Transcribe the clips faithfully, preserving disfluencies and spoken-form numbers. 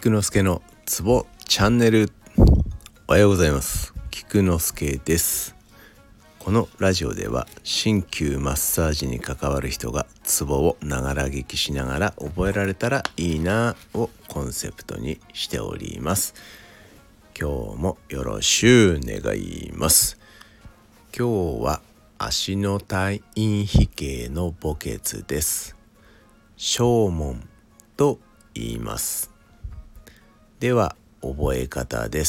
菊之助のツボチャンネル。おはようございます。菊之助です。このラジオでは鍼灸マッサージに関わる人がツボをながら聞きしながら覚えられたらいいなをコンセプトにしております。今日もよろしゅう願います。今日は足の太陰比形の墓穴です。小門と言います。では覚え方です。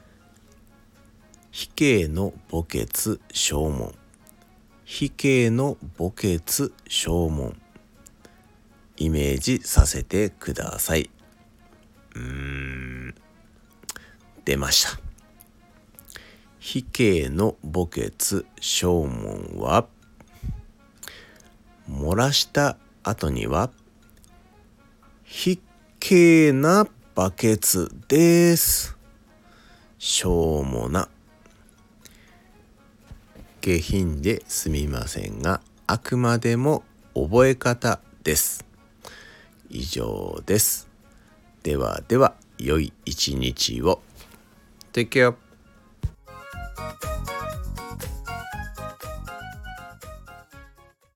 比形の墓穴小門、比形の墓穴小門、イメージさせてください。うーん出ました。比形の墓穴小門は、漏らした後には比形なバケツです。しょうもな。下品ですみませんが、あくまでも覚え方です。以上です。ではでは、良い一日を。Take care.